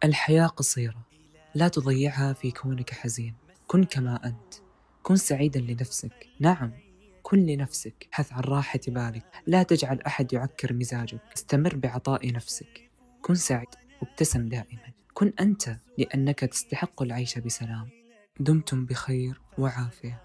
الحياة قصيرة، لا تضيعها في كونك حزين. كن كما أنت، كن سعيدا لنفسك. نعم، كن لنفسك، ابحث عن راحة بالك، لا تجعل أحد يعكر مزاجك. استمر بعطاء نفسك، كن سعيد وابتسم دائما. كن أنت، لأنك تستحق العيش بسلام. دمتم بخير وعافية.